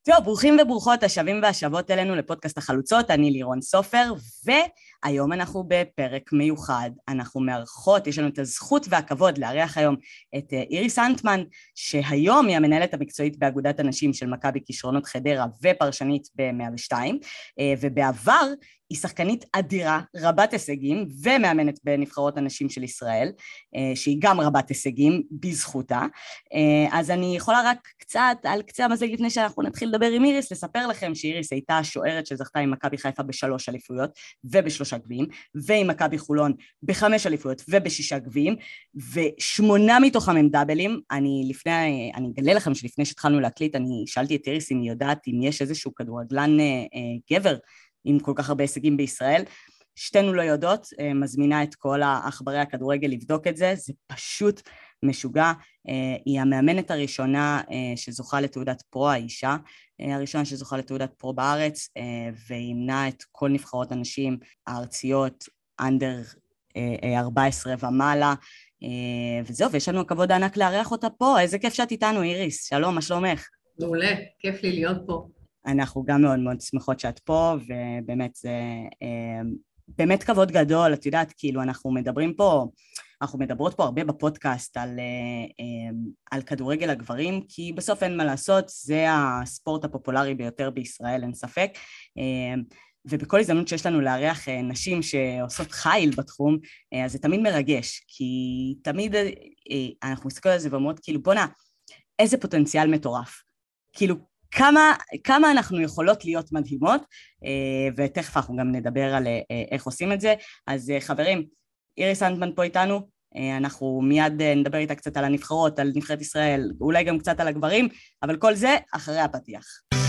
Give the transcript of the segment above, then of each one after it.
טוב, ברוכים וברוכות השבים והשבות אלינו לפודקאסט החלוצות, אני לירון סופר, והיום אנחנו בפרק מיוחד, אנחנו מארחות, יש לנו את הזכות והכבוד לארח היום את איריס אנטמן, שהיום היא המנהלת המקצועית באגודת הנשים של מכבי כישרונות חדרה ופרשנית ב-102, ובעבר היא שחקנית אדירה, רבת הישגים, ומאמנת בנבחרות הנשים של ישראל, שהיא גם רבת הישגים בזכותה. אז אני יכולה רק קצת על קצה המזלג לפני שאנחנו נתחיל לדבר עם איריס, לספר לכם שאיריס הייתה השוערת שזכתה עם מכבי חיפה ב3 אליפויות וב3 גביעים, ועם מכבי חולון ב5 אליפויות וב6 גביעים, ו8 מתוכם הם דאבלים. אני אגלה לכם שלפני שהתחלנו להקליט, אני שאלתי את איריס אם היא יודעת אם יש איזשהו כדורגלן גבר עם כל כך הרבה הישגים בישראל. שתינו לא יודעות, מזמינה את כל האחברי הכדורגל לבדוק את זה, זה פשוט משוגע. היא המאמנת הראשונה שזוכה לתעודת פרו, האישה הראשונה שזוכה לתעודת פרו בארץ, והיא ימנה את כל נבחרות הנשים הארציות, אנדר 14 ומעלה, וזהו, ויש לנו הכבוד הענק לארח אותה פה. איזה כיף שאת איתנו, איריס, שלום, מה שלומך? מעולה, כיף לי להיות פה. אנחנו גם מאוד מאוד שמחות שאת פה, ובאמת זה באמת כבוד גדול. את יודעת, כאילו אנחנו מדברות פה הרבה בפודקאסט על כדורגל הגברים, כי בסוף אין מה לעשות, זה הספורט הפופולרי ביותר בישראל, אין ספק, ובכל הזדמנות שיש לנו לארח נשים שעושות חיל בתחום, אז זה תמיד מרגש, כי תמיד אנחנו מסתכלות על זה ואומרות, כאילו בונה, איזה פוטנציאל מטורף, כאילו כמה אנחנו יכולות להיות מדהימות, ותכף אנחנו גם נדבר על איך עושים את זה. אז חברים, איריס אנטמן פה איתנו, אנחנו מיד נדבר איתה קצת על הנבחרות, על נבחרת ישראל, אולי גם קצת על הגברים, אבל כל זה אחרי הפתיח.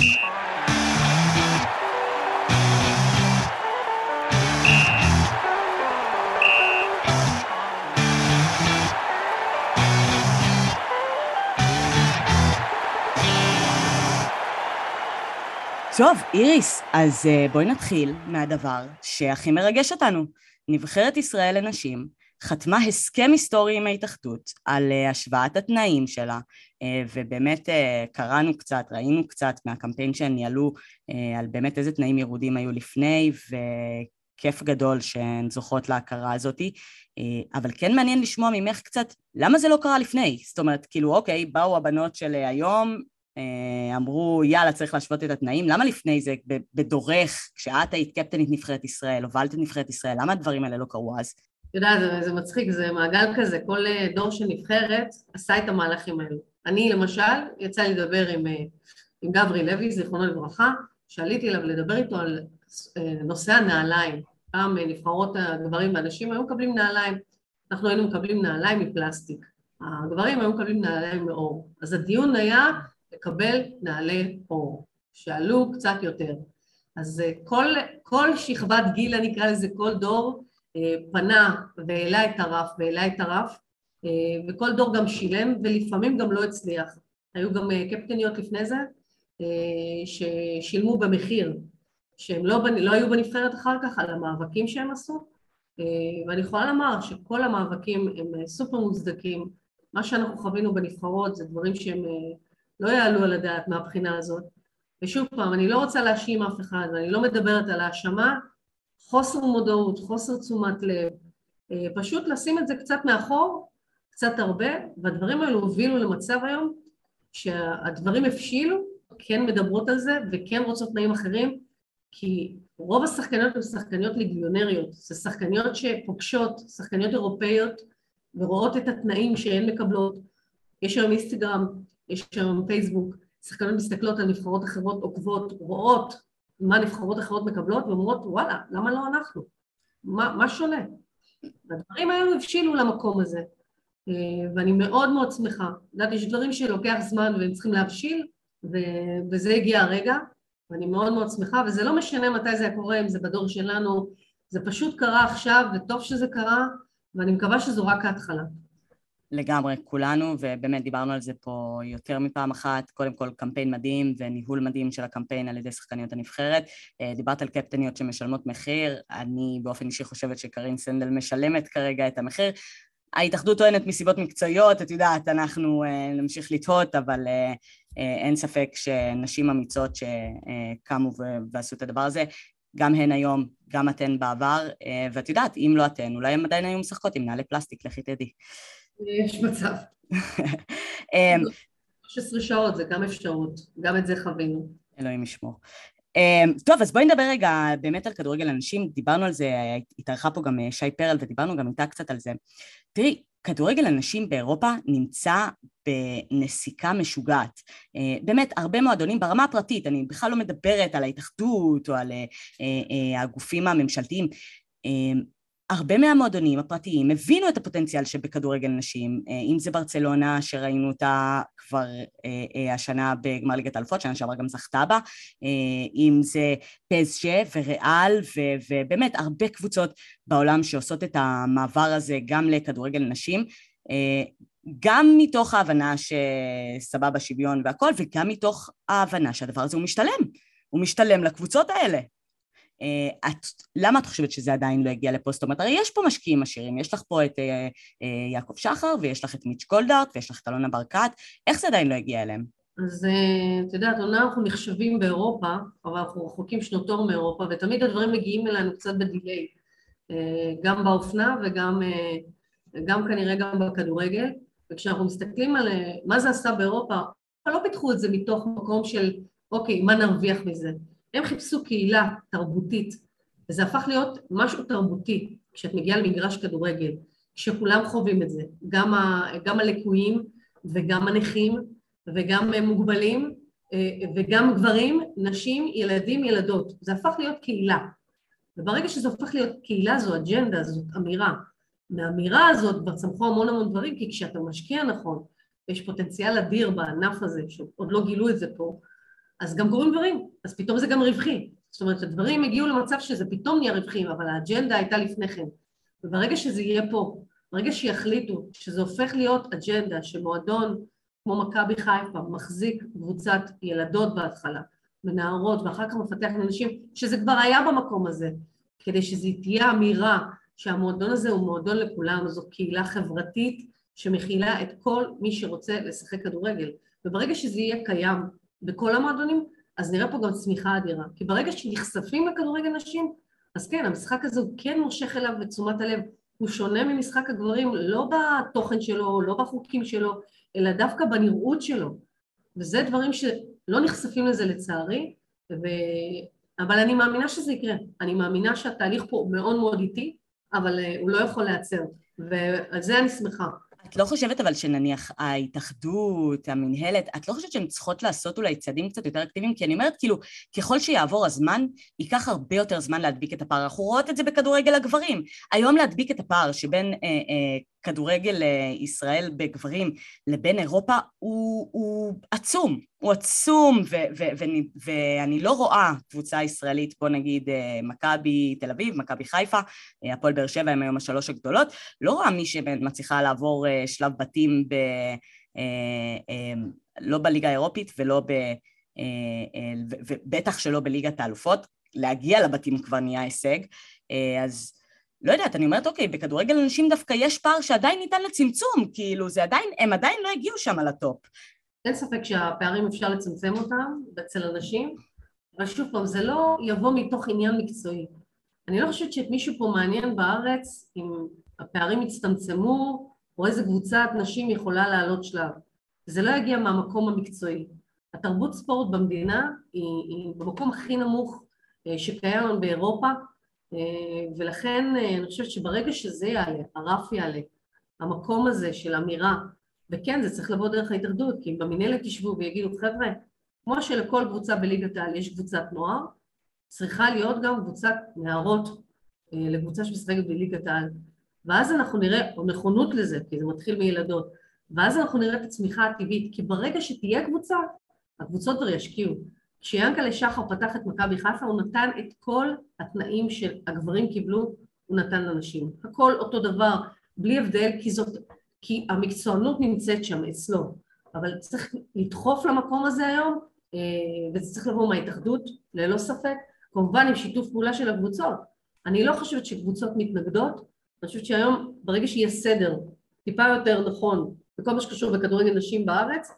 טוב, איריס, אז בואי נתחיל מהדבר שהכי מרגש אותנו. נבחרת ישראל לנשים חתמה הסכם היסטורי עם ההתאחדות על השוואת התנאים שלה, ובאמת קראנו קצת, ראינו קצת מהקמפיין שהן ניהלו על באמת איזה תנאים ירודים היו לפני, וכיף גדול שהן זוכות להכרה הזאת, אבל כן מעניין לשמוע ממך קצת, למה זה לא קרה לפני? זאת אומרת, כאילו, אוקיי, באו הבנות של היום, אמרו יאללה צריך להשוות את התנאים, למה לפני זה בדורך, כשאת היית קפטנית נבחרת ישראל, הובלת את נבחרת ישראל, למה הדברים האלה לא קרו אז? אתה יודע, זה מצחיק, זה מעגל כזה, כל דור של נבחרת עשה את המהלכים האלו. אני למשל, יצא לי לדבר עם גברי לוי, זיכרונו לברכה, שעליתי אליו לדבר איתו על נושא הנעליים. פעם נבחרות הגברים והנשים היו מקבלים נעליים, אנחנו היינו מקבלים נעליים מפלסטיק, הגברים היו מקבלים נעליים מאור, אז הדיון היה לקבל נעלי אור, שעלו קצת יותר. אז כל שכבת גיל, אני אקרא לזה, כל דור פנה והעלה את הרף, וכל דור גם שילם, ולפעמים גם לא הצליח. היו גם קפטניות לפני זה, ששילמו במחיר, שהם לא היו בנבחרת אחר כך, על המאבקים שהם עשו, ואני יכולה לומר שכל המאבקים הם סופר מוצדקים. מה שאנחנו חווינו בנבחרות זה דברים שהם לא יעלו על הדעת מהבחינה הזאת. ושוב פעם, אני לא רוצה להאשים אף אחד, ואני לא מדברת על האשמה, חוסר מודעות, חוסר תשומת לב, פשוט לשים את זה קצת מאחור, קצת הרבה, והדברים האלו הובילו למצב היום, שהדברים הפשילו, כן מדברות על זה, וכן רוצות תנאים אחרים, כי רוב השחקניות הן שחקניות ליגיונריות, זה שחקניות שפוגשות, שחקניות אירופאיות, ורואות את התנאים שהן מקבלות. יש היום אינסטגרם, יש היום פייסבוק, שחקנות מסתכלות על נבחרות אחרות, עוקבות, רואות מה נבחרות אחרות מקבלות, ואומרות, וואלה, למה לא אנחנו? מה שונה? הדברים האלו הבשילו למקום הזה, ואני מאוד מאוד שמחה. יודעת, יש דברים שלוקח זמן והם צריכים להבשיל, וזה הגיע הרגע, ואני מאוד מאוד שמחה, וזה לא משנה מתי זה קורה, אם זה בדור שלנו, זה פשוט קרה עכשיו, וטוב שזה קרה, ואני מקווה שזו רק ההתחלה. לגמרי, כולנו, ובאמת דיברנו על זה פה יותר מפעם אחת, קודם כל קמפיין מדהים וניהול מדהים של הקמפיין על ידי שחקניות הנבחרת. דיברת על קפטניות שמשלמות מחיר, אני באופן אישי חושבת שקרין סנדל משלמת כרגע את המחיר, ההתאחדות טוענת מסיבות מקצועיות, את יודעת, אנחנו נמשיך לתהות, אבל אין ספק שנשים אמיצות שקמו ועשו את הדבר הזה, גם הן היום, גם אתן בעבר, ואת יודעת, אם לא אתן, אולי הם עדיין היו משחקות עם נעלי פלסטיק, לכי תדעי. יש מצב. 16 שעות זה גם אפשרות, גם את זה חווינו. אלוהים ישמור. טוב, אז בואי נדבר רגע באמת על כדורגל הנשים, דיברנו על זה, התארחה פה גם שי פרל ודיברנו גם איתה קצת על זה. תראי, כדורגל הנשים באירופה נמצא בנסיקה משוגעת. באמת, הרבה מועדונים ברמה הפרטית, אני בכלל לא מדברת על ההתאחדות או על הגופים הממשלתיים, הרבה מהמועדונים הפרטיים הבינו את הפוטנציאל שבכדורגל נשים, אם זה ברצלונה שראינו אותה כבר השנה בגמר ליגת האלופות, שנה שעברה גם זכתה בה, אם זה פז'ה וריאל ובאמת הרבה קבוצות בעולם שעושות את המעבר הזה גם לכדורגל נשים, גם מתוך ההבנה שסבבה שוויון והכל, וגם מתוך ההבנה שהדבר הזה הוא משתלם לקבוצות האלה. למה את חושבת שזה עדיין לא הגיע לפה? זאת אומרת, הרי יש פה משקיעים עשירים, יש לך פה את יעקב שחר, ויש לך את מיץ' גולדהארט, ויש לך את אלונה ברקת, איך זה עדיין לא הגיע אליהם? אז את יודעת, אנחנו נחשבים באירופה, אבל אנחנו רחוקים שנות אור מאירופה, ותמיד הדברים מגיעים אלינו קצת בדיליי, גם באופנה וגם כנראה גם בכדורגל, וכשאנחנו מסתכלים על מה זה עשה באירופה, לא פיתחו את זה מתוך מקום של, אוקיי, מה נרוויח מזה? הם חיפשו קהילה תרבותית, וזה הפך להיות משהו תרבותי, כשאת מגיעה למגרש כדורגל, כשכולם חווים את זה, גם הלקויים וגם הנכים וגם מוגבלים וגם גברים, נשים, ילדים, ילדות, זה הפך להיות קהילה, וברגע שזה הופך להיות קהילה זו אג'נדה, זאת אמירה, מהאמירה הזאת כבר צמחו המון דברים, כי כשאתה משקיע נכון, יש פוטנציאל אדיר בענף הזה, שעוד לא גילו את זה פה, אז גם קוראים דברים, אז פתאום זה גם רווחי. זאת אומרת, הדברים הגיעו למצב שזה פתאום נהיה רווחים, אבל האג'נדה הייתה לפני כן. וברגע שזה יהיה פה, ברגע שיחליטו שזה הופך להיות אג'נדה שמועדון כמו מכבי חיפה מחזיק קבוצת ילדות בהתחלה, ונערות, ואחר כך מפתח לנשים, שזה כבר היה במקום הזה, כדי שזה תהיה אמירה שהמועדון הזה הוא מועדון לכולם, זו קהילה חברתית שמכילה את כל מי שרוצה לשחק כדורגל. וברגע שזה יהיה קיים בכל המועדונים, אז נראה פה גם צמיחה אדירה. כי ברגע שנחשפים לכדורגל נשים, אז כן, המשחק הזה הוא כן מושך אליו בתשומת הלב, הוא שונה ממשחק הגברים, לא בתוכן שלו, לא בחוקים שלו, אלא דווקא בנראות שלו. וזה דברים שלא נחשפים לזה לצערי, אבל אני מאמינה שזה יקרה. אני מאמינה שהתהליך פה מאוד מאוד איטי, אבל הוא לא יכול לעצר, ועל זה אני שמחה. את לא חושבת אבל שנניח ההתאחדות, המנהלת, את לא חושבת שהן צריכות לעשות אולי צעדים קצת יותר אקטיביים? כי אני אומרת כאילו, ככל שיעבור הזמן, ייקח הרבה יותר זמן להדביק את הפער. אנחנו רואות את זה בכדורגל הגברים. היום להדביק את הפער שבין כדורגל ישראל בגברים לבין אירופה הוא עצום. הוא עצום, ואני לא רואה קבוצה ישראלית, בוא נגיד מכבי תל אביב, מכבי חיפה, הפועל באר שבע הם היום השלוש הגדולות, לא רואה מי שמצליחה לעבור שלב בתים לא בליגה האירופית ובטח שלא בליגת האלופות, להגיע לבתים כבר נהיה הישג, אז לא יודעת, אני אומרת אוקיי, בכדורגל אנשים דווקא יש פער שעדיין ניתן לצמצום, כאילו הם עדיין לא הגיעו שם על הטופ. אין ספק שהפערים אפשר לצמצם אותם אצל אנשים, אבל שוב פעם, זה לא יבוא מתוך עניין מקצועי. אני לא חושבת שאת מישהו פה מעניין בארץ, אם הפערים יצטמצמו, או איזה קבוצת נשים יכולה לעלות שלב. זה לא יגיע מהמקום המקצועי. התרבות ספורט במדינה היא במקום הכי נמוך שקיים באירופה, ולכן אני חושבת שברגע שזה יעלה, הרף יעלה, המקום הזה של אמירה, וכן, זה צריך לבוא דרך ההתאחדות, כי אם במנהלת ישבו ויגידו, חבר'ה, כמו שלכל קבוצה בליגת העל יש קבוצת נוער, צריכה להיות גם קבוצת נערות לקבוצה שמשחקת בליגת העל. ואז אנחנו נראה, או נכונות לזה, כי זה מתחיל מילדות, ואז אנחנו נראה את הצמיחה הטבעית, כי ברגע שתהיה קבוצה, הקבוצות כבר ישקיעו. כשיאנקל'ה שחר פתח את מכבי חיפה, הוא נתן את כל התנאים שהגברים קיבלו, הוא נתן לנשים. הכל אותו דבר, בלי הבדל, כי המקצוענות נמצאת שם אצלו, אבל צריך לדחוף למקום הזה היום, וזה צריך לבוא מההתאחדות, ללא ספק, כמובן עם שיתוף פעולה של הקבוצות. אני לא חושבת שקבוצות מתנגדות, אני חושבת שהיום, ברגע שיהיה סדר, טיפה יותר נכון, בכל מה שקשור בכדורגל נשים בארץ,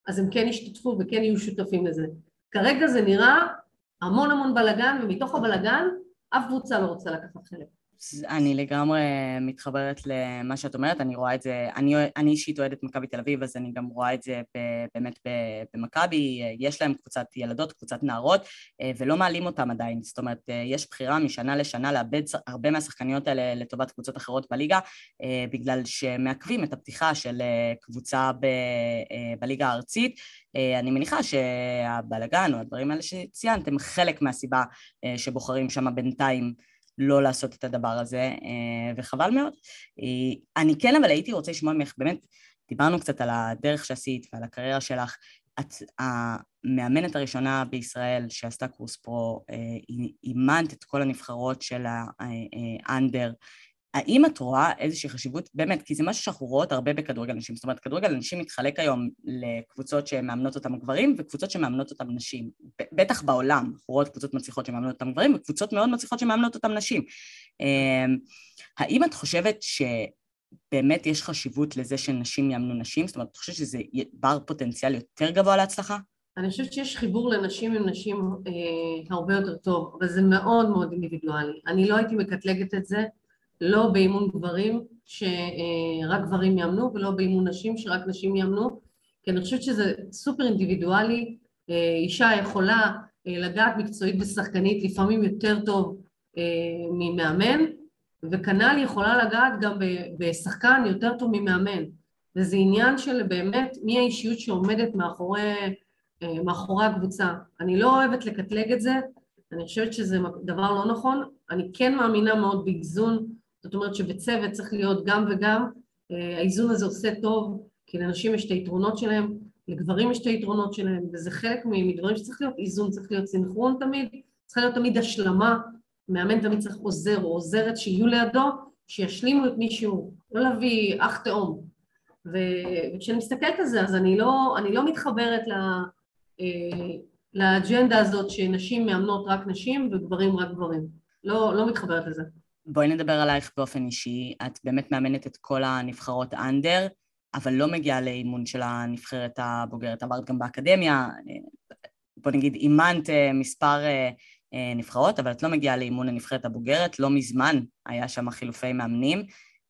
אז הם כן ישתתפו וכן יהיו שותפים לזה. כרגע זה נראה המון המון בלגן, ומתוך הבלגן אף קבוצה לא רוצה לקחת חלק. אני לגמרי מתחברת למה שאת אומרת, אני רואה את זה, אני אישית אוהדת מכבי תל אביב, אז אני גם רואה את זה באמת במכבי, יש להם קבוצת ילדות, קבוצת נערות, ולא מעלים אותם עדיין, זאת אומרת, יש בחירה משנה לשנה לאבד הרבה מהשחקניות האלה לטובת קבוצות אחרות בליגה, בגלל שמעכבים את הפתיחה של קבוצה בליגה הארצית. אני מניחה שהבלגן או הדברים האלה שציינת הם חלק מהסיבה שבוחרים שם בינתיים לא לעשות את הדבר הזה, וחבל מאוד. אני כן, אבל הייתי רוצה לשמוע ממך, באמת, דיברנו קצת על הדרך שעשית ועל הקריירה שלך, את המאמנת הראשונה בישראל שעשתה קורס פרו, אימנת את כל הנבחרות של האנדר, האם את רואה איזושהי חשיבות, באמת, כי זה משהו שאנחנו רואות הרבה בכדורגל נשים, זאת אומרת, כדורגל נשים מתחלק היום לקבוצות שמאמנות אותם גברים, וקבוצות שמאמנות אותם נשים, בטח בעולם, אנחנו רואות קבוצות מצליחות שמאמנות אותם גברים, וקבוצות מאוד מצליחות שמאמנות אותם נשים. האם את חושבת שבאמת יש חשיבות לזה שנשים יאמנו נשים? זאת אומרת, את חושבת שזה בר פוטנציאל יותר גבוה להצלחה? אני חושבת שיש חיבור לנשים עם נשים הרבה יותר טוב, אבל זה מאוד מאוד אינדיבידואלי. אני לא הייתי מקטלגת את זה, לא באימון גברים שרק גברים יאמנו, ולא באימון נשים שרק נשים יאמנו, כי אני חושבת שזה סופר אינדיבידואלי, אישה יכולה לגעת מקצועית ושחקנית לפעמים יותר טוב ממאמן, וכנ"ל יכולה לגעת גם בשחקן יותר טוב ממאמן, וזה עניין של באמת מי האישיות שעומדת מאחורי הקבוצה. אני לא אוהבת לקטלג את זה, אני חושבת שזה דבר לא נכון, אני כן מאמינה מאוד באיזון, זאת אומרת שבצוות צריך להיות גם וגם, האיזון הזה עושה טוב, כי לנשים יש את היתרונות שלהם, לגברים יש את היתרונות שלהם, וזה חלק מדברים שצריך להיות איזון, צריך להיות סינכרון תמיד, צריך להיות תמיד השלמה, מאמן תמיד צריך עוזר או עוזרת שיהיו לידו, שישלימו את מישהו, לא להביא אח תאום. וכשאני מסתכלת על זה, אז אני לא מתחברת לאג'נדה הזאת שנשים מאמנות רק נשים וגברים רק גברים. לא מתחברת לזה. בואי נדבר עלייך באופן אישי. את באמת מאמנת את כל הנבחרות אנדר, אבל לא מגיעה לאימון של הנבחרת הבוגרת. עברת גם באקדמיה, בוא נגיד אימנת מספר נבחרות, אבל את לא מגיעה לאימון הנבחרת הבוגרת. לא מזמן היה שם חילופי מאמנים.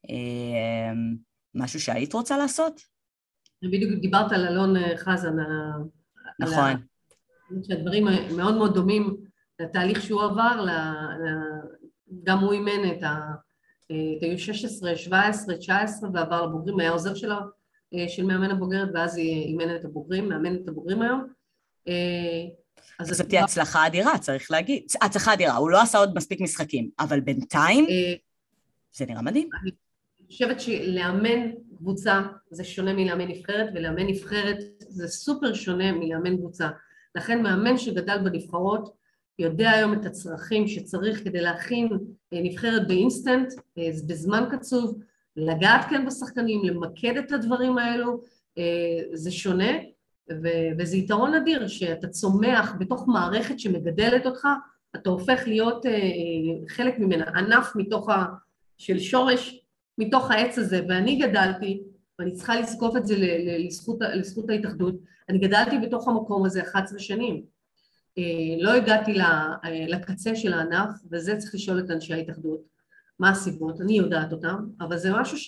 משהו שהיית רוצה לעשות? בדיוק דיברת על אלון חזן. נכון. שהדברים מאוד מאוד דומים לתהליך שהוא עבר, גם הוא אימן את ה-16, 17, 19 ועבר לבוגרים, היה עוזר שלו, של מאמן הבוגרת, ואז אימן את הבוגרים, מאמן את הבוגרים היום. אז זאת תהיה הצלחה אדירה, צריך להגיד. הצלחה אדירה, הוא לא עשה עוד מספיק משחקים, אבל בינתיים זה נראה מדהים. אני חושבת שלאמן קבוצה זה שונה מלאמן נבחרת, ולאמן נבחרת זה סופר שונה מלאמן קבוצה. לכן מאמן שגדל בנבחרות יודע היום את הצרכים שצריך כדי להכין נבחרת באינסטנט, בזמן קצוב, לגעת כן בשחקנים, למקד את הדברים האלו, זה שונה, וזה יתרון אדיר שאתה צומח בתוך מערכת שמגדלת אותך, אתה הופך להיות חלק ממנה, ענף של שורש מתוך העץ הזה, ואני גדלתי, ואני צריכה לזקוף את זה לזכות ההתאחדות, אני גדלתי בתוך המקום הזה 11 שנים, לא הגעתי לקצה של הענף, וזה צריך לשאול את אנשי ההתאחדות, מה הסיבות, אני יודעת אותם, אבל זה משהו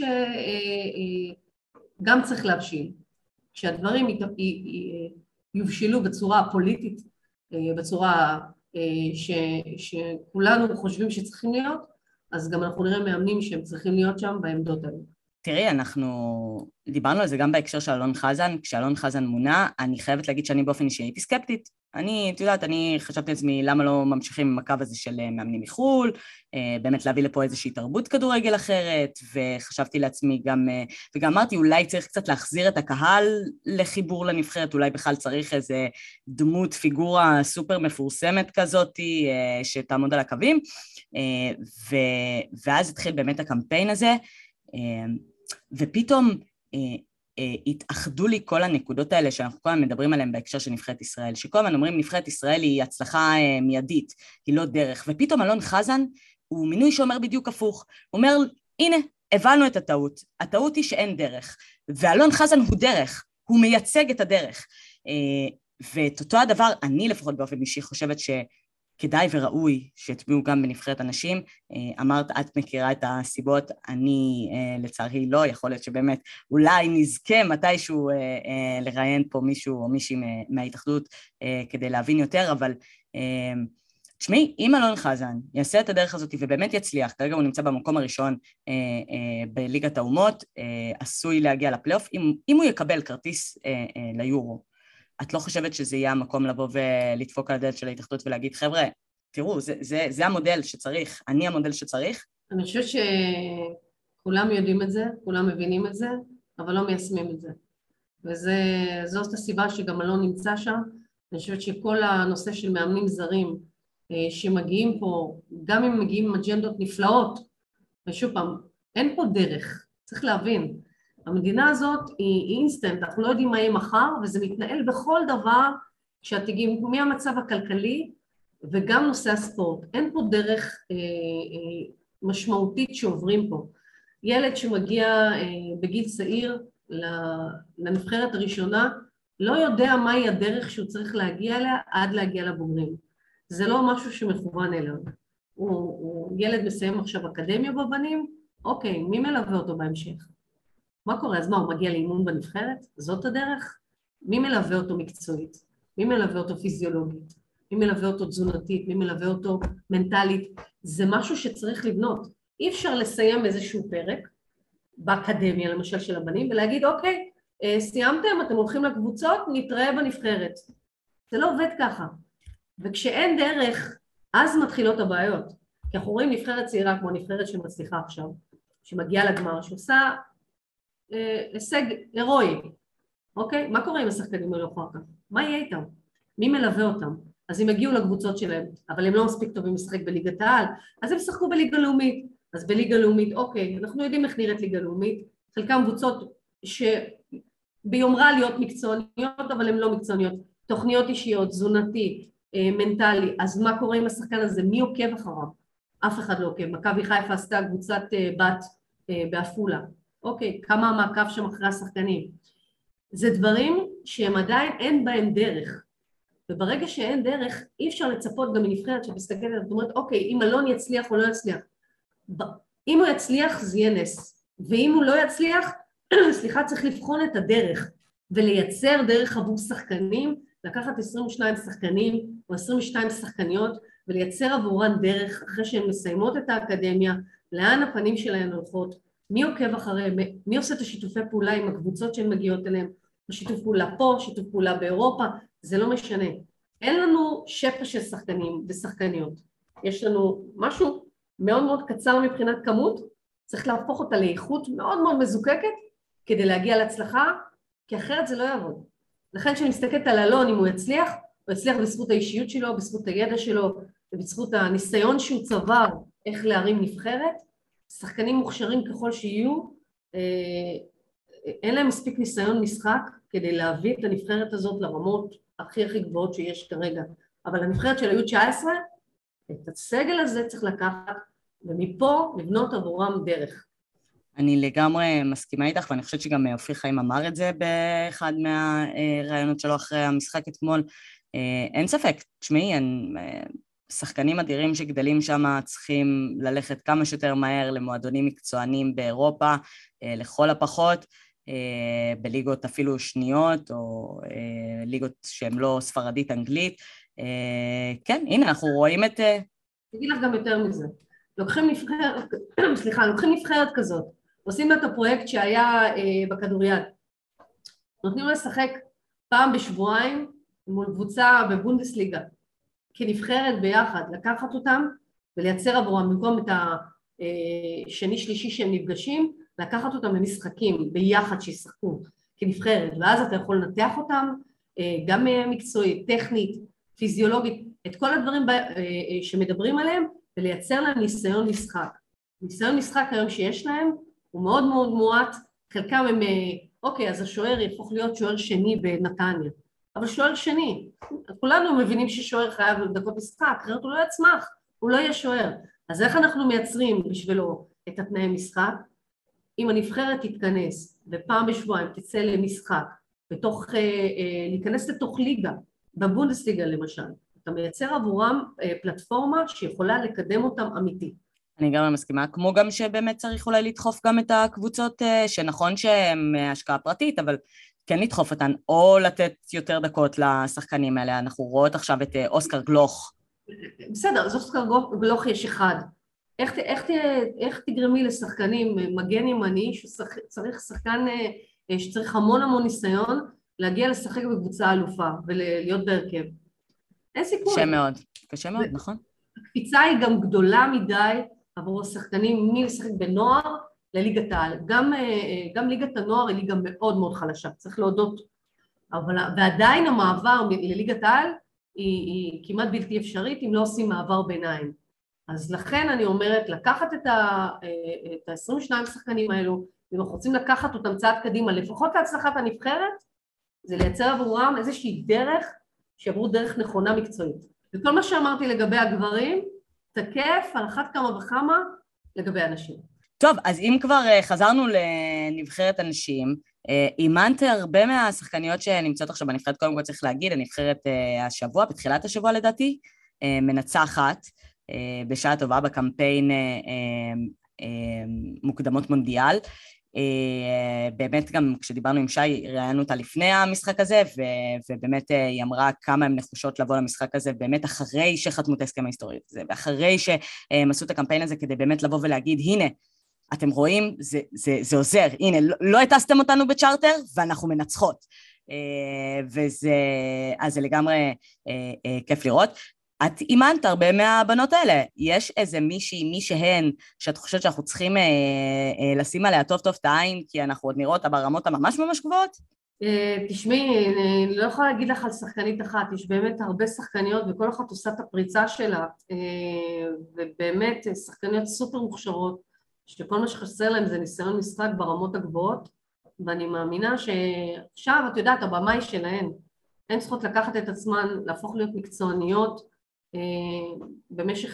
שגם צריך להבשיל, כשהדברים יובשלו בצורה פוליטית, בצורה שכולנו חושבים שצריכים להיות, אז גם אנחנו נראה מאמנים שהם צריכים להיות שם בעמדות האלה. תראי, אנחנו דיברנו על זה גם בהקשר של אלון חזן, כשאלון חזן מונה, אני חייבת להגיד שאני באופן אישי הייתי סקפטית. את יודעת, אני חשבתי לעצמי למה לא ממשיכים עם הקו הזה של מאמנים מחול, באמת להביא לפה איזושהי תרבות כדורגל אחרת, וחשבתי לעצמי גם, וגם אמרתי, אולי צריך קצת להחזיר את הקהל לחיבור לנבחרת, אולי בכלל צריך איזה דמות, פיגורה סופר מפורסמת כזאת, שתעמוד על הקווים, ואז התחיל באמת הקמפיין הזה, ופתאום התאחדו לי כל הנקודות האלה שאנחנו כל הזמן מדברים עליהן בהקשר של נבחרת ישראל, שכל הזמן אומרים נבחרת ישראל היא הצלחה מיידית, היא לא דרך, ופתאום אלון חזן הוא מינוי שאומר בדיוק הפוך, הוא אומר הנה הבנו את הטעות, הטעות היא שאין דרך, ואלון חזן הוא דרך, הוא מייצג את הדרך. ואת אותו הדבר, אני לפחות באופן אישי חושבת שכדאי וראוי שהטביעו גם בנבחרת הנשים. אמרת, את מכירה את הסיבות, אני לצערי לא, יכול להיות שבאמת אולי נזכה מתישהו לראיין פה מישהו או מישהי מההתאחדות כדי להבין יותר, אבל תשמעי, אם אלון חזן יעשה את הדרך הזאת ובאמת יצליח, כרגע הוא נמצא במקום הראשון בליגת האומות, עשוי להגיע לפלייאוף, אם הוא יקבל כרטיס ליורו, את לא חושבת שזה יהיה המקום לבוא ולדפוק על הדלת של ההתאחדות ולהגיד, חבר'ה, תראו, זה המודל שצריך, אני המודל שצריך? אני חושבת שכולם יודעים את זה, כולם מבינים את זה, אבל לא מיישמים את זה. וזאת הסיבה שגם אלון נמצא שם. אני חושבת שכל הנושא של מאמנים זרים שמגיעים פה, גם אם מגיעים עם אג'נדות נפלאות, ושוב פעם, אין פה דרך, צריך להבין. המדינה הזאת היא אינסטנט, אנחנו לא יודעים מה יהיה מחר, וזה מתנהל בכל דבר כשאת תגיעים מהמצב הכלכלי וגם נושא הספורט. אין פה דרך משמעותית שעוברים פה. ילד שמגיע בגיל צעיר לנבחרת הראשונה, לא יודע מהי הדרך שהוא צריך להגיע אליה עד להגיע לבוגרים. זה לא משהו שמכוון אליו. הוא ילד מסיים עכשיו אקדמיה בבנים, אוקיי, מי מלווה אותו בהמשך? מה קורה? אז מה, הוא מגיע לאימון בנבחרת? זאת הדרך? מי מלווה אותו מקצועית? מי מלווה אותו פיזיולוגית? מי מלווה אותו תזונתית? מי מלווה אותו מנטלית? זה משהו שצריך לבנות. אי אפשר לסיים איזשהו פרק באקדמיה, למשל של הבנים, ולהגיד, אוקיי, סיימתם, אתם הולכים לקבוצות, נתראה בנבחרת. זה לא עובד ככה. וכשאין דרך, אז מתחילות הבעיות. כי אנחנו רואים נבחרת צעירה כמו נבחרת שמצליחה עכשיו, שמגיעה לגמר, שעושה הישג הירואי, אוקיי? מה קורה עם השחקנים האלו אחר כך? מה יהיה איתם? מי מלווה אותם? אז הם הגיעו לקבוצות שלהם, אבל הם לא מספיק טובים לשחק בליגת העל, אז הם שחקו בליגה לאומית. אז בליגה לאומית, אוקיי, אנחנו יודעים איך נראית ליגה לאומית, חלקם קבוצות שביומרה להיות מקצועניות, אבל הן לא מקצועניות, תוכניות אישיות, תזונתי, מנטלי, אז מה קורה עם השחקן הזה? מי עוקב אחריו? אף אחד לא עוקב. מכבי חיפה עשתה קבוצת בת בעפולה. אוקיי, כמה המעקב שם אחרי השחקנים? זה דברים שהם עדיין אין בהם דרך. וברגע שאין דרך, אי אפשר לצפות גם מנבחרת שמסתכלת, זאת אומרת, אוקיי, אם אלון יצליח או לא יצליח. אם הוא יצליח, זה יהיה נס. ואם הוא לא יצליח, סליחה, צריך לבחון את הדרך, ולייצר דרך עבור שחקנים, לקחת 22 שחקנים או 22 שחקניות, ולייצר עבורן דרך אחרי שהן מסיימות את האקדמיה, לאן הפנים שלהן הולכות, מי עוקב אחריהם, מי עושה את השיתופי פעולה עם הקבוצות שהן מגיעות אליהן, שיתוף פעולה פה, שיתוף פעולה באירופה, זה לא משנה. אין לנו שפע של שחקנים ושחקניות. יש לנו משהו מאוד מאוד קצר מבחינת כמות, צריך להפוך אותה לאיכות מאוד מאוד מזוקקת, כדי להגיע להצלחה, כי אחרת זה לא יעבוד. לכן כשאני מסתכלת על אלון, אם הוא יצליח, הוא יצליח בזכות האישיות שלו, בזכות הידע שלו, ובזכות הניסיון שהוא צבר איך להרים נבחרת. שחקנים מוכשרים ככל שיהיו, אין להם מספיק ניסיון משחק כדי להביא את הנבחרת הזאת לרמות הכי גבוהות שיש כרגע. אבל הנבחרת של U19, את הסגל הזה צריך לקחת, ומפה לבנות עבורם דרך. אני לגמרי מסכימה איתך, ואני חושבת שגם אופיר חיים אמר את זה באחד מהרעיונות שלו אחרי המשחק אתמול. אין ספק, תשמעי, שחקנים אדירים שגדלים שם צריכים ללכת כמה שיותר מהר למועדונים מקצוענים באירופה, לכל הפחות, בליגות אפילו שניות, או ליגות שהן לא ספרדית אנגלית. כן, הנה, אנחנו רואים את... תגיד לך גם יותר מזה. לוקחים נבחרת כזאת, עושים את הפרויקט שהיה בכדוריד. נותנים לשחק פעם בשבועיים מול קבוצה בבונדסליגה, כנבחרת ביחד, לקחת אותם ולייצר עבורם, במקום את השני שלישי שהם נפגשים, לקחת אותם למשחקים ביחד שישחקו כנבחרת, ואז אתה יכול לנתח אותם, גם מקצועית, טכנית, פיזיולוגית, את כל הדברים שמדברים עליהם, ולייצר להם ניסיון משחק. ניסיון משחק היום שיש להם, הוא מאוד מאוד מועט, חלקם הם, אוקיי, אז השוער יהפוך להיות שוער שני בנתניה, אבל שוער שני, כולנו מבינים ששוער חייב דקות משחק, אחרת הוא לא יצמח, הוא לא יהיה שוער. אז איך אנחנו מייצרים בשבילו את התנאי משחק? אם הנבחרת תתכנס ופעם בשבועיים תצא למשחק להיכנס לתוך ליגה, בבונדסליגה למשל. אתה מייצר עבורם פלטפורמה שיכולה לקדם אותם אמיתי. אני גם מסכימה, כמו גם שבאמת צריך אולי לדחוף גם את הקבוצות שנכון שהן השקעה פרטית, אבל כן לדחוף אותן, או לתת יותר דקות לשחקנים האלה. אנחנו רואות עכשיו את אוסקר גלוך. בסדר, אז אוסקר גלוך יש אחד. איך תגרמי לשחקנים מגן ימני שצריך שחקן שצריך המון ניסיון להגיע לשחק בקבוצה אלופה ולהיות בהרכב? אין סיכוי. קשה מאוד, קשה מאוד, נכון. הקפיצה היא גם גדולה מדי עבור השחקנים מלשחק בנוער לליגת העל. גם ליגת הנוער היא ליגה מאוד מאוד חלשה, צריך להודות. ועדיין המעבר לליגת העל היא כמעט בלתי אפשרית אם לא עושים מעבר ביניים. אז לכן אני אומרת, לקחת את ה-22 שחקנים האלו, אם אנחנו רוצים לקחת אותם צעד קדימה, לפחות להצלחת הנבחרת, זה לייצר עבורם איזושהי דרך, שעברו דרך נכונה מקצועית. וכל מה שאמרתי לגבי הגברים, תקף על אחת כמה וכמה לגבי הנשים. טוב, אז אם כבר חזרנו לנבחרת הנשים, אימנת הרבה מהשחקניות שנמצאות עכשיו בנבחרת, קודם כל צריך להגיד, הנבחרת השבוע, בתחילת השבוע לדעתי, מנצחת בשעה טובה בקמפיין מוקדמות מונדיאל. באמת גם כשדיברנו עם שי, ראיינו אותה לפני המשחק הזה, ובאמת היא אמרה כמה הן נחושות לבוא למשחק הזה, באמת אחרי שחתמו את ההסכם ההיסטורי הזה, ואחרי שהם עשו את הקמפיין הזה, כדי באמת לבוא ולהגיד, הנה, אתם רואים, זה עוזר, הנה, לא הטסתם אותנו בצ'ארטר, ואנחנו מנצחות. אז זה לגמרי כיף לראות. את אימנת הרבה מהבנות האלה, יש איזה מי שהן, שאת חושבת שאנחנו צריכים לשים עליה טוב את העין, כי אנחנו עוד נראות אותה ברמות הממש ממש גבוהות? תשמעי, אני לא יכולה להגיד לך על שחקנית אחת, יש באמת הרבה שחקניות וכל אחת עושה את הפריצה שלה, ובאמת שחקניות סופר מוכשרות, שכל מה שחסר להם זה ניסיון משחק ברמות הגבוהות, ואני מאמינה שעכשיו, את יודעת, הבמה היא שלהן, הן צריכות לקחת את עצמן, להפוך להיות מקצועניות, במשך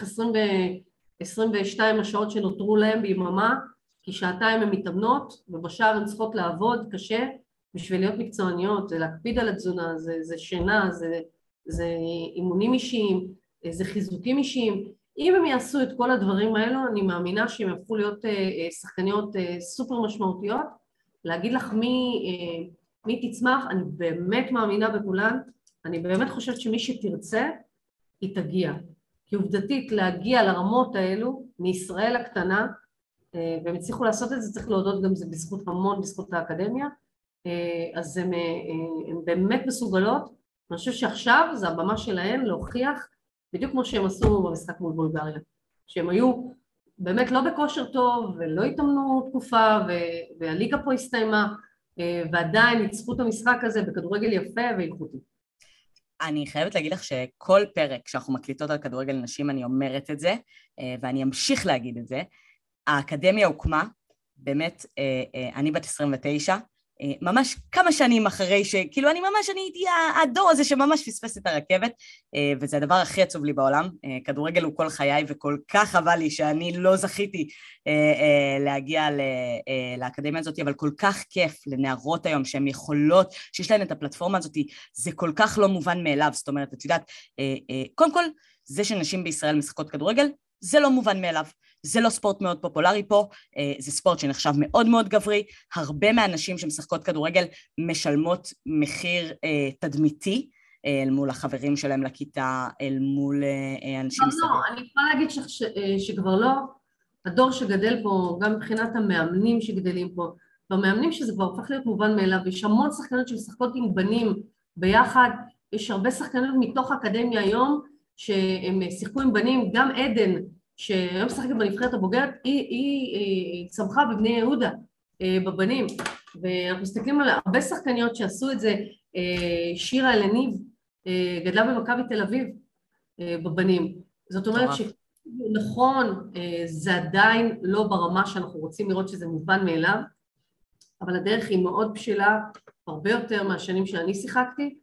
22 השעות שנותרו להם ביממה, כי שעתיים הן מתאמנות, ובשאר הן צריכות לעבוד קשה בשביל להיות מקצועניות, זה להקפיד על התזונה, זה שינה, זה אימונים אישיים, זה חיזוקים אישיים. אם הם יעשו את כל הדברים האלו, אני מאמינה שהם יהפכו להיות שחקניות סופר משמעותיות. להגיד לך מי תצמח, אני באמת מאמינה בכולן, אני באמת חושבת שמי שתרצה, היא תגיע. כי עובדתית להגיע לרמות האלו, מישראל הקטנה, והם הצליחו לעשות את זה, צריך להודות גם זה בזכות המון, בזכות האקדמיה, אז הן באמת מסוגלות, אני חושבת שעכשיו זה הבמה שלהן להוכיח, בדיוק כמו שהם עשו במשחק מול בולגריה, שהם היו באמת לא בכושר טוב, ולא התאמנו תקופה, והליגה פה הסתיימה, ועדיין ניצחו את המשחק הזה בכדורגל יפה ואיכותי. אני חייבת להגיד לך שכל פרק שאנחנו מקליטות על כדורגל נשים, אני אומרת את זה, ואני אמשיך להגיד את זה. האקדמיה הוקמה, באמת, אני בת 29, ממש כמה שנים אחרי כאילו אני הייתי הדור הזה שממש פספס את הרכבת, וזה הדבר הכי עצוב לי בעולם. כדורגל הוא כל חיי, וכל כך חבל לי שאני לא זכיתי להגיע לאקדמיה הזאת, אבל כל כך כיף לנערות היום שהן יכולות, שיש להן את הפלטפורמה הזאת, זה כל כך לא מובן מאליו. זאת אומרת, את יודעת, קודם כל, זה שנשים בישראל משחקות כדורגל, זה לא מובן מאליו. זה לא ספורט מאוד פופולרי פה, זה ספורט שנחשב מאוד מאוד גברי, הרבה מהנשים שמשחקות כדורגל משלמות מחיר תדמיתי, אל מול החברים שלהם לכיתה, אל מול אנשים מסביב. לא, אני יכולה להגיד שכבר לא, הדור שגדל פה, גם מבחינת המאמנים שגדלים פה, במאמנים שזה כבר הופך להיות מובן מאליו, יש המון שחקנות שמשחקות עם בנים ביחד, יש הרבה שחקנות מתוך האקדמיה היום, שהם שיחקו עם בנים, גם עדן, שהיום משחקת בנבחרת הבוגרת, היא צמחה בבני יהודה, בבנים, ואנחנו מסתכלים על הרבה שחקניות שעשו את זה, שירה אלניב, גדלה במכבי תל אביב, בבנים. זאת אומרת שנכון, זה עדיין לא ברמה שאנחנו רוצים לראות שזה מובן מאליו, אבל הדרך היא מאוד בשלה, הרבה יותר מהשנים שאני שיחקתי,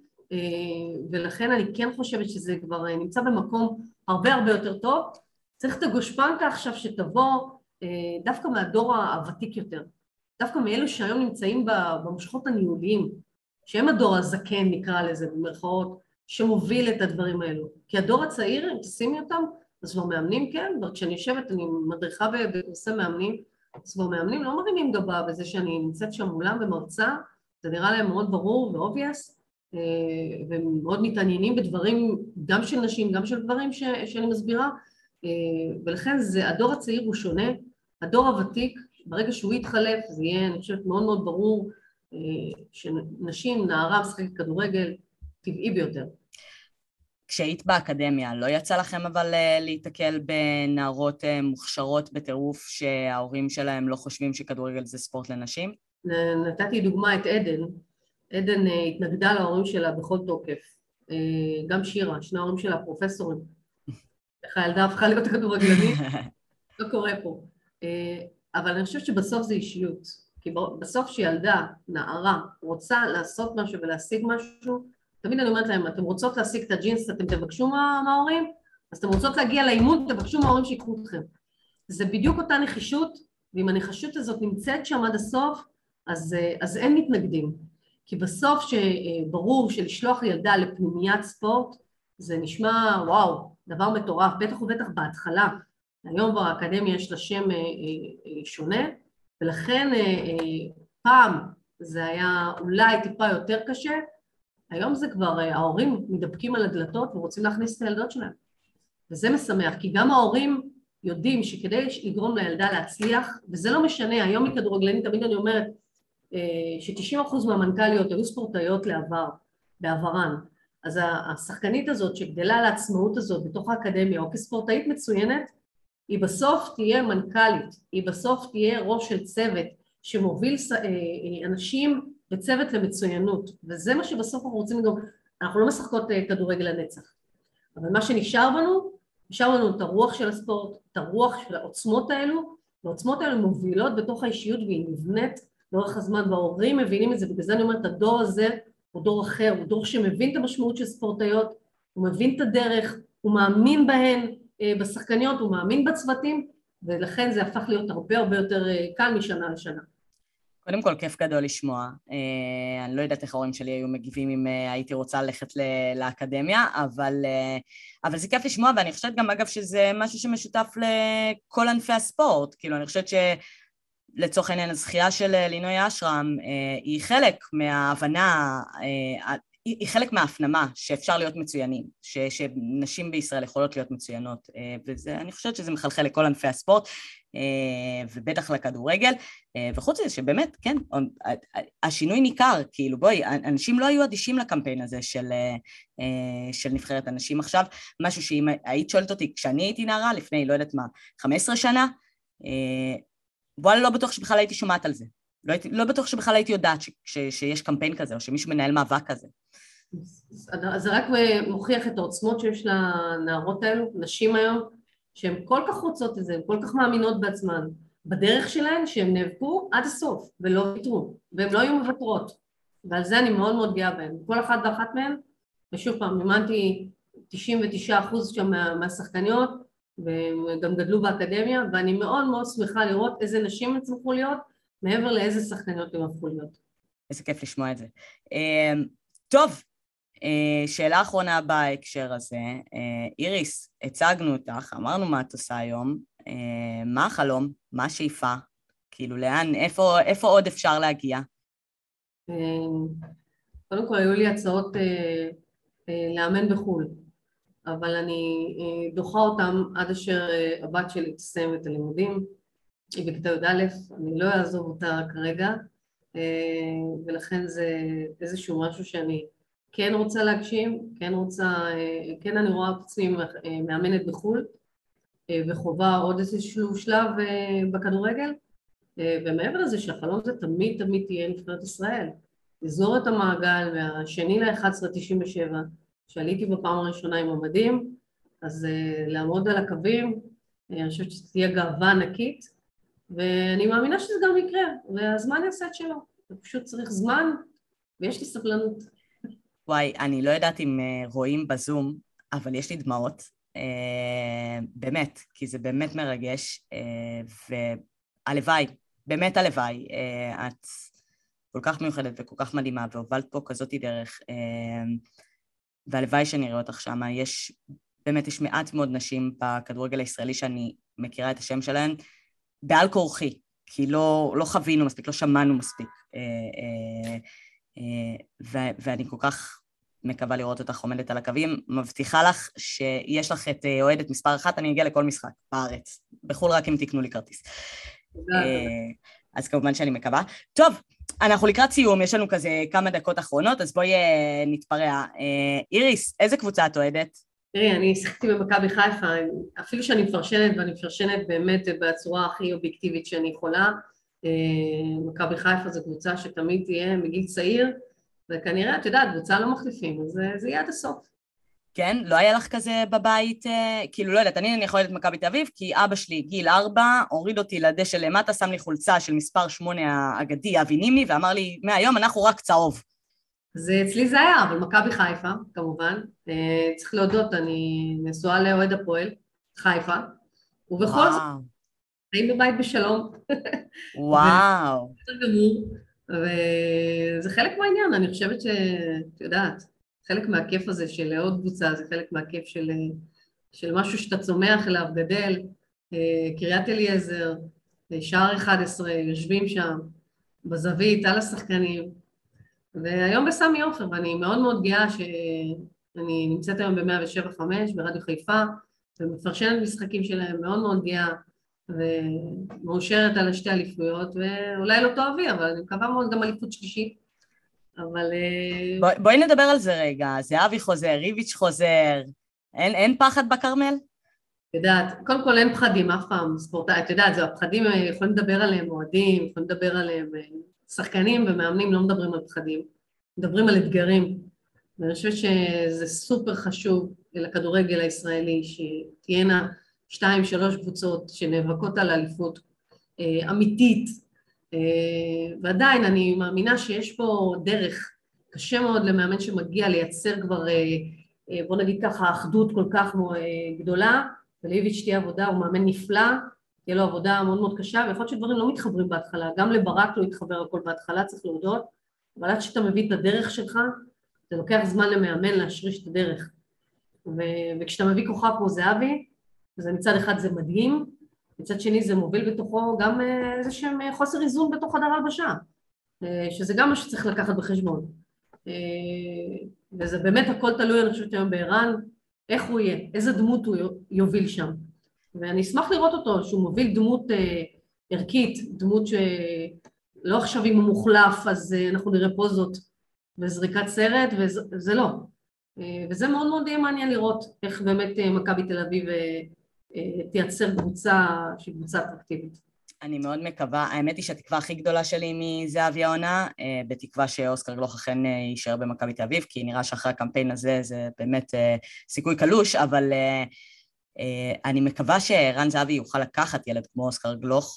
ולכן אני כן חושבת שזה כבר נמצא במקום הרבה יותר טוב. צריך את הגושפנקה עכשיו שתבוא דווקא מהדור הוותיק יותר, דווקא מאלו שהיום נמצאים במשכות הניהוליים, שהם הדור הזקן נקרא לזה במרכאות, שמוביל את הדברים האלו. כי הדור הצעיר, אם תשימי אותם, אז כבר מאמנים כן, כשאני יושבת, אני מדריכה בקורסי מאמנים, אז כבר מאמנים לא מרימים גבה בזה שאני נמצאת שם מולם ומרצה, זה נראה להם מאוד ברור ו-obvious, ומאוד מתעניינים בדברים, גם של נשים, גם של דברים שאני מסבירה, ולכן הדור הצעיר הוא שונה, הדור הוותיק, ברגע שהוא יתחלף, זה יהיה, אני חושבת, מאוד מאוד ברור, שנשים, נערה משחקת כדורגל, טבעי ביותר. כשהיית באקדמיה, לא יצא לכם אבל להתקל בנערות מוכשרות בטירוף שההורים שלהם לא חושבים שכדורגל זה ספורט לנשים? נתתי דוגמה את עדן. עדן התנגדה להורים שלה בכל תוקף. גם שירה, שני ההורים שלה פרופסורים. איך הילדה הפכה להיות כדורגלנית? לא קורה פה. אבל אני חושבת שבסוף זה אישיות. כי בסוף שילדה, נערה, רוצה לעשות משהו ולהשיג משהו, תמיד אני אומרת להם, אתם רוצות להשיג את הג'ינס, אתם תבקשו מההורים, אז אתם רוצות להגיע לאימון, תבקשו מההורים שיקחו אתכם. זה בדיוק אותה נחישות, ואם הנחישות הזאת נמצאת שם עד הסוף, אז אין מתנגדים. כי בסוף שברור שלשלוח ילדה לפנימיית ספורט, זה נשמע, וואו, דבר מטורף, בטח ובטח בהתחלה. היום באקדמיה יש לה שם שונה, ולכן פעם זה היה אולי טיפה יותר קשה, היום זה כבר, ההורים מדפקים על הדלתות ורוצים להכניס את הילדות שלהם. וזה משמח, כי גם ההורים יודעים שכדי לגרום לילדה להצליח, וזה לא משנה, היום מכדורגלנית, תמיד אני אומרת, ש90% מהמנכ"ליות היו ספורטאיות בעברן. אז השחקנית הזאת שגדלה לעצמאות הזאת בתוך האקדמיה, או כספורטאית מצוינת, היא בסוף תהיה מנכ"לית, היא בסוף תהיה ראש של צוות, שמוביל אנשים בצוות למצוינות, וזה מה שבסוף אנחנו רוצים לגרום. אנחנו לא משחקות כדורגל לנצח, אבל מה שנשאר לנו את הרוח של הספורט, את הרוח של העוצמות האלו, והעוצמות האלו מובילות בתוך האישיות והיא נבנית לאורך הזמן, וההורים מבינים את זה, בגלל זה אני אומרת, הדור הזה הוא דור אחר, הוא דור שמבין את המשמעות של ספורטאיות, הוא מבין את הדרך, הוא מאמין בהן, בשחקניות, הוא מאמין בצוותים, ולכן זה הפך להיות הרבה הרבה יותר קל משנה לשנה. קודם כל, כיף גדול לשמוע. אני לא יודעת איך ההורים שלי היו מגיבים אם הייתי רוצה ללכת לאקדמיה, אבל זה כיף לשמוע, ואני חושבת גם, אגב, שזה משהו שמשותף לכל ענפי הספורט. כאילו, אני חושבת שלצורך העניין, הזכייה של לינוי אשרם היא חלק מההבנה, היא חלק מההפנמה שאפשר להיות מצוינים, שנשים בישראל יכולות להיות מצוינות, ואני חושבת שזה מחלחל לכל ענפי הספורט, ובטח לכדורגל, וחוץ לזה שבאמת, כן, השינוי ניכר, כאילו בואי, אנשים לא היו אדישים לקמפיין הזה של נבחרת הנשים עכשיו, משהו שאם היית שואלת אותי, כשאני הייתי נערה, לפני, לא יודעת מה, 15 שנה, וואלה, לא בטוח שבכלל הייתי שומעת על זה. לא בטוח שבכלל הייתי יודעת שיש קמפיין כזה, או שמישהו מנהל מאבק כזה. אז זה רק מוכיח את העוצמות שיש לנערות האלו, נשים היום, שהן כל כך רוצות את זה, הן כל כך מאמינות בעצמן, בדרך שלהן שהן נאבקו עד הסוף, ולא ויתרו, והן לא היו מוותרות. ועל זה אני מאוד מאוד גאה בהן. כל אחת ואחת מהן, ושוב פעם, מימנתי 99% שם מהשחקניות, וגם גדלו באקדמיה, ואני מאוד מאוד שמחה לראות איזה נשים הצליחו להיות, מעבר לאיזה שחקניות הם הפכו להיות. איזה כיף לשמוע את זה. טוב, שאלה אחרונה בהקשר הזה, איריס, הצגנו אותך, אמרנו מה את עושה היום, מה החלום, מה השאיפה, כאילו לאן, איפה עוד אפשר להגיע? קודם כל היו לי הצעות לאמן בחו"ל, אבל אני דוחה אותם עד אשר הבת שלי תסיים את הלימודים, היא בכיתה י"א, אני לא אעזוב אותה כרגע, ולכן זה איזשהו משהו שאני כן רוצה להגשים, כן אני רואה את עצמי מאמנת בחו"ל, וחובה עוד איזשהו שלב בכדורגל, ומעבר לזה שהחלום זה תמיד תהיה נבחרת ישראל, לזור את המעגל מהשני ל-11.97, שעליתי בפעם הראשונה עם המדים, אז לעמוד על הקווים, אני חושבת שתהיה גאווה ענקית, ואני מאמינה שזה גם יקרה, והזמן יעשה את שלו, זה פשוט צריך זמן, ויש לי סבלנות. וואי, אני לא יודעת אם רואים בזום, אבל יש לי דמעות, באמת, כי זה באמת מרגש, והלוואי, באמת הלוואי, כל כך מיוחדת וכל כך מדהימה, והובלת פה כזאת דרך, והלוואי שנראה אותך שמה. באמת יש מעט מאוד נשים בכדורגל הישראלי שאני מכירה את השם שלהן, בעל כורחי, כי לא חווינו מספיק, לא שמענו מספיק. ואני כל כך מקווה לראות אותך עומדת על הקווים, מבטיחה לך שיש לך את אוהדת מספר 1, אני אגיע לכל משחק בארץ, בחול רק אם תקנו לי כרטיס. אז כמובן שאני מקווה. טוב, אנחנו לקראת סיום, יש לנו כזה כמה דקות אחרונות, אז בואי נתפרע. איריס, איזה קבוצה את אוהדת? תראי, אני שיחקתי במכבי חיפה, אפילו שאני מפרשנת, ואני מפרשנת באמת בצורה הכי אובייקטיבית שאני יכולה. מכבי חיפה זו קבוצה שתמיד תהיה מגיל צעיר, וכנראה, את יודעת, קבוצה לא מחליפים, אז זה יהיה עד הסוף. כן? לא היה לך כזה בבית, כאילו לא יודעת, אני יכולה להיות מכבי תל אביב, כי אבא שלי גיל 4, הוריד אותי לדשא למטה, שם לי חולצה של מספר 8 האגדי, אבי נימי, ואמר לי, מהיום אנחנו רק צהוב. אז אצלי זה היה, אבל מכבי חיפה, כמובן. צריך להודות, אני נשואה לאוהד הפועל, חיפה, ובכל זאת, היינו בבית בשלום. וואו. זה גמור, וזה חלק מהעניין, אני חושבת שאת יודעת, חלק מהכיף הזה של עוד קבוצה, זה חלק מהכיף של משהו שאתה צומח אליו, גדל, קריית אליעזר, שער 11, יושבים שם, בזווית, על השחקנים, והיום בסמי עופר, ואני מאוד מאוד גאה שאני נמצאת היום ב-107.5 ברדיו חיפה, ומפרשנת משחקים שלהם, מאוד מאוד גאה, ומאושרת על 2 אליפויות, ואולי לא תאהבי, אבל אני מקווה מאוד גם אליפות שלישית. אבל... בואי נדבר על זה רגע, זהבי חוזר, ריביץ' חוזר, אין פחד בכרמל? את יודעת, קודם כל אין פחדים אף פעם, ספורטאי, את יודעת, זה הפחדים, יכולים לדבר עליהם אוהדים, יכולים לדבר עליהם שחקנים ומאמנים, לא מדברים על פחדים, מדברים על אתגרים, ואני חושבת שזה סופר חשוב לכדורגל הישראלי, שתהיינה 2-3 קבוצות שנאבקות על האליפות אמיתית, ועדיין אני מאמינה שיש פה דרך קשה מאוד למאמן שמגיע לייצר כבר, בוא נגיד ככה, אחדות כל כך גדולה, ולאיביץ' תהיה עבודה, הוא מאמן נפלא, תהיה לו עבודה מאוד מאוד קשה, ויכול להיות שדברים לא מתחברים בהתחלה, גם לברק לא יתחבר הכל בהתחלה, צריך להודות, אבל עד שאתה מביא את הדרך שלך, זה לוקח זמן למאמן להשריש את הדרך, וכשאתה מביא כוכב כמו זהבי, אז מצד אחד זה מדהים, מצד שני זה מוביל בתוכו גם איזה שהם חוסר איזון בתוך חדר הלבשה, שזה גם מה שצריך לקחת בחשבון. וזה באמת הכל תלוי, אני חושבת היום בערן, איך הוא יהיה, איזה דמות הוא יוביל שם. ואני אשמח לראות אותו, שהוא מוביל דמות ערכית, דמות שלא עכשיו אם הוא מוחלף, אז אנחנו נראה פוזות וזריקת סרט, וזה לא. וזה מאוד מאוד יהיה מעניין לראות איך באמת מכבי תל אביב תייצר קבוצה שהיא קבוצה אטרקטיבית. אני מאוד מקווה, האמת היא שהתקווה הכי גדולה שלי מזהבי העונה, בתקווה שאוסקר גלוך אכן יישאר במכבי תל אביב, כי נראה שאחרי הקמפיין הזה זה באמת סיכוי קלוש, אבל אני מקווה שרן זהבי יוכל לקחת ילד כמו אוסקר גלוך,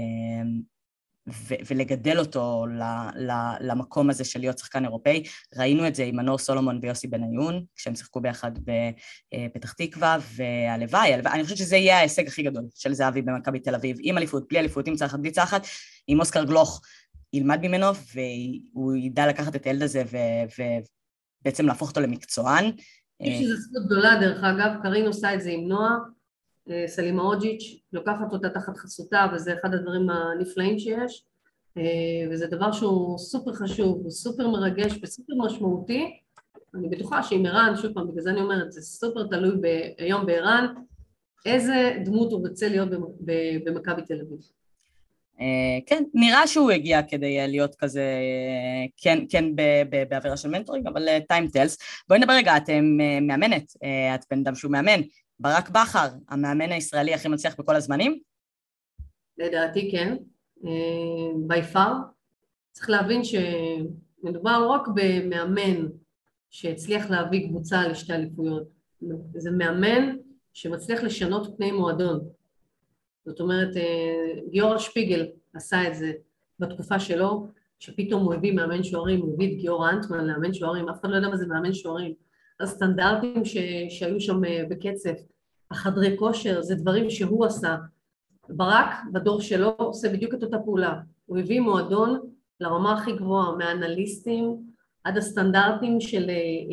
ולגדל אותו למקום הזה של להיות שחקן אירופאי. ראינו את זה עם מנור סולומון ויוסי בניון, כשהם שיחקו ביחד בפתח תקווה, והלוואי, אני חושבת שזה יהיה ההישג הכי גדול של זהבי במכבי תל אביב, עם אליפות, בלי אליפות, עם צלחת, בלי צלחת, עם אוסקר גלוך ילמד ממנו, והוא ידע לקחת את הילד הזה, ובעצם להפוך אותו למקצוען. אני חושב שזו זכות גדולה, דרך אגב, קרין עושה את זה עם נועה, סלימה אוג'יץ', לוקחת אותה תחת חסותה, וזה אחד הדברים הנפלאים שיש, וזה דבר שהוא סופר חשוב, הוא סופר מרגש וסופר משמעותי. אני בטוחה שעם ערן, שוב פעם, בגלל זה אני אומרת, זה סופר תלוי היום בערן, איזה דמות הוא רוצה להיות במכבי תל אביב. כן, נראה שהוא הגיע כדי להיות כזה, כן בעבירה של מנטורינג, אבל time tells. בואי נדבר רגע, את מאמנת, את בן אדם שהוא מאמן, ברק בכר, המאמן הישראלי הכי מצליח בכל הזמנים? לדעתי כן, by far. צריך להבין שמדובר לא רק במאמן שהצליח להביא קבוצה לשתי אליפויות, זה מאמן שמצליח לשנות פני מועדון. זאת אומרת, גיורא שפיגל עשה את זה בתקופה שלו, שפתאום הוא הביא מאמן שוערים, הוא הביא את גיורא אנטמן לאמן שוערים, אף אחד לא יודע מה זה מאמן שוערים. הסטנדרטים שהיו שם בקצב, החדרי כושר, זה דברים שהוא עשה. ברק, בדור שלו, עושה בדיוק את אותה פעולה. הוא הביא מועדון לרמה הכי גבוהה, מהאנליסטים עד הסטנדרטים של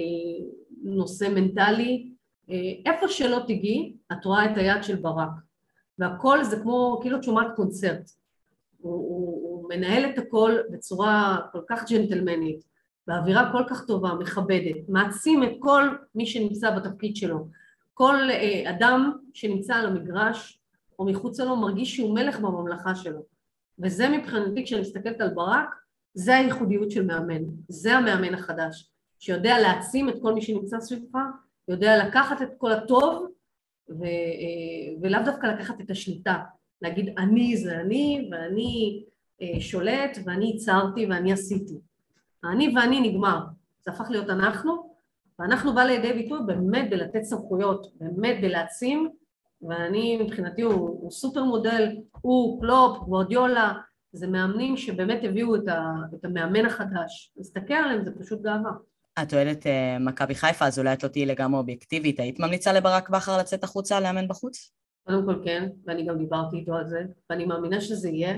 נושא מנטלי, איפה שלא תגיעי, את רואה את היד של ברק, והכל זה כמו, כאילו את שומעת קונצרט, הוא מנהל את הכל בצורה כל כך ג'נטלמנית, באווירה כל כך טובה, מכבדת, מעצים את כל מי שנמצא בתפקיד שלו, כל אדם שנמצא על המגרש או מחוץ לו מרגיש שהוא מלך בממלכה שלו, וזה מבחינתי כשאני מסתכלת על ברק, זה הייחודיות של מאמן, זה המאמן החדש, שיודע להעצים את כל מי שנמצא סביבך, יודע לקחת את כל הטוב, ולאו דווקא לקחת את השליטה, להגיד אני זה אני, ואני שולט, ואני ייצרתי, ואני עשיתי. אני ואני נגמר, זה הפך להיות אנחנו, ואנחנו בא לידי ביטוי באמת בלתת סמכויות, באמת בלהעצים, ואני מבחינתי הוא סופר מודל, הוא קלופ, גוורדיולה, זה מאמנים שבאמת הביאו את המאמן החדש. להסתכל עליהם זה פשוט גאווה. את אוהדת מכבי חיפה, אז אולי את לא תהיי לגמרי אובייקטיבית, היית ממליצה לברק בכר לצאת החוצה, לאמן בחוץ? קודם כל כן, ואני גם דיברתי איתו על זה, ואני מאמינה שזה יהיה,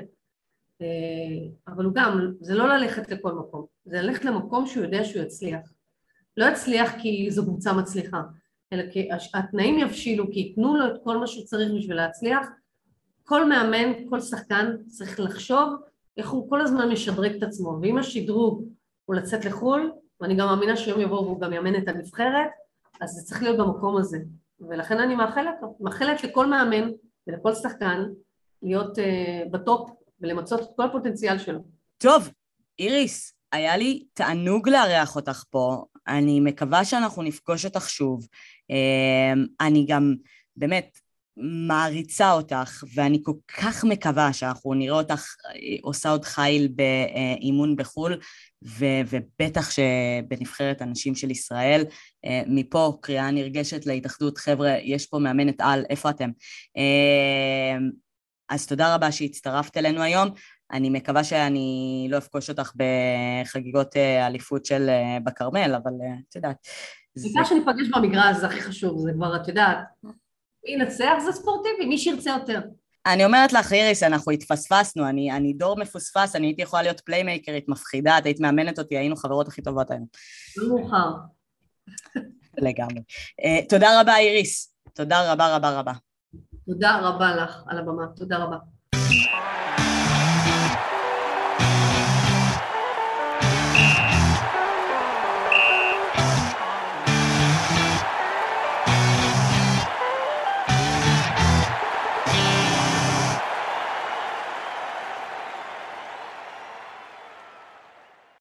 אבל הוא גם, זה לא ללכת לכל מקום, זה ללכת למקום שהוא יודע שהוא יצליח. לא יצליח כי זו קבוצה מצליחה, אלא כי התנאים יבשילו, כי ייתנו לו את כל מה שהוא צריך בשביל להצליח. כל מאמן, כל שחקן צריך לחשוב איך הוא כל הזמן משדרג את עצמו, ואם השדרוג הוא לצאת לחול, ואני גם מאמינה שיום יבוא והוא גם יאמן את הנבחרת, אז זה צריך להיות במקום הזה. ולכן אני מאחלת לכל מאמן ולכל שחקן להיות בטופ ולמצות את כל הפוטנציאל שלו. טוב, איריס, היה לי תענוג לארח אותך פה, אני מקווה שאנחנו נפגוש אותך שוב, אני גם באמת מעריצה אותך, ואני כל כך מקווה שאנחנו נראה אותך עושה עוד חיל באימון בחול, ובטח שבנבחרת הנשים של ישראל, מפה קריאה נרגשת להתאחדות, חבר'ה, יש פה מאמנת על, איפה אתם? אז תודה רבה שהצטרפת אלינו היום, אני מקווה שאני לא אפגוש אותך בחגיגות אליפות של בכרמל, אבל את יודעת. בעיקר שניפגש במגרש, זה הכי חשוב, זה כבר, את יודעת, מי ינצח זה ספורטיבי, מי שירצה יותר. אני אומרת לך, איריס, אנחנו התפספסנו, אני דור מפוספס, אני הייתי יכולה להיות פליימייקרית מפחידה, את היית מאמנת אותי, היינו חברות הכי טובות היום. לא מאוחר. לגמרי. תודה רבה, איריס. תודה רבה רבה רבה. תודה רבה לך על הבמה, תודה רבה.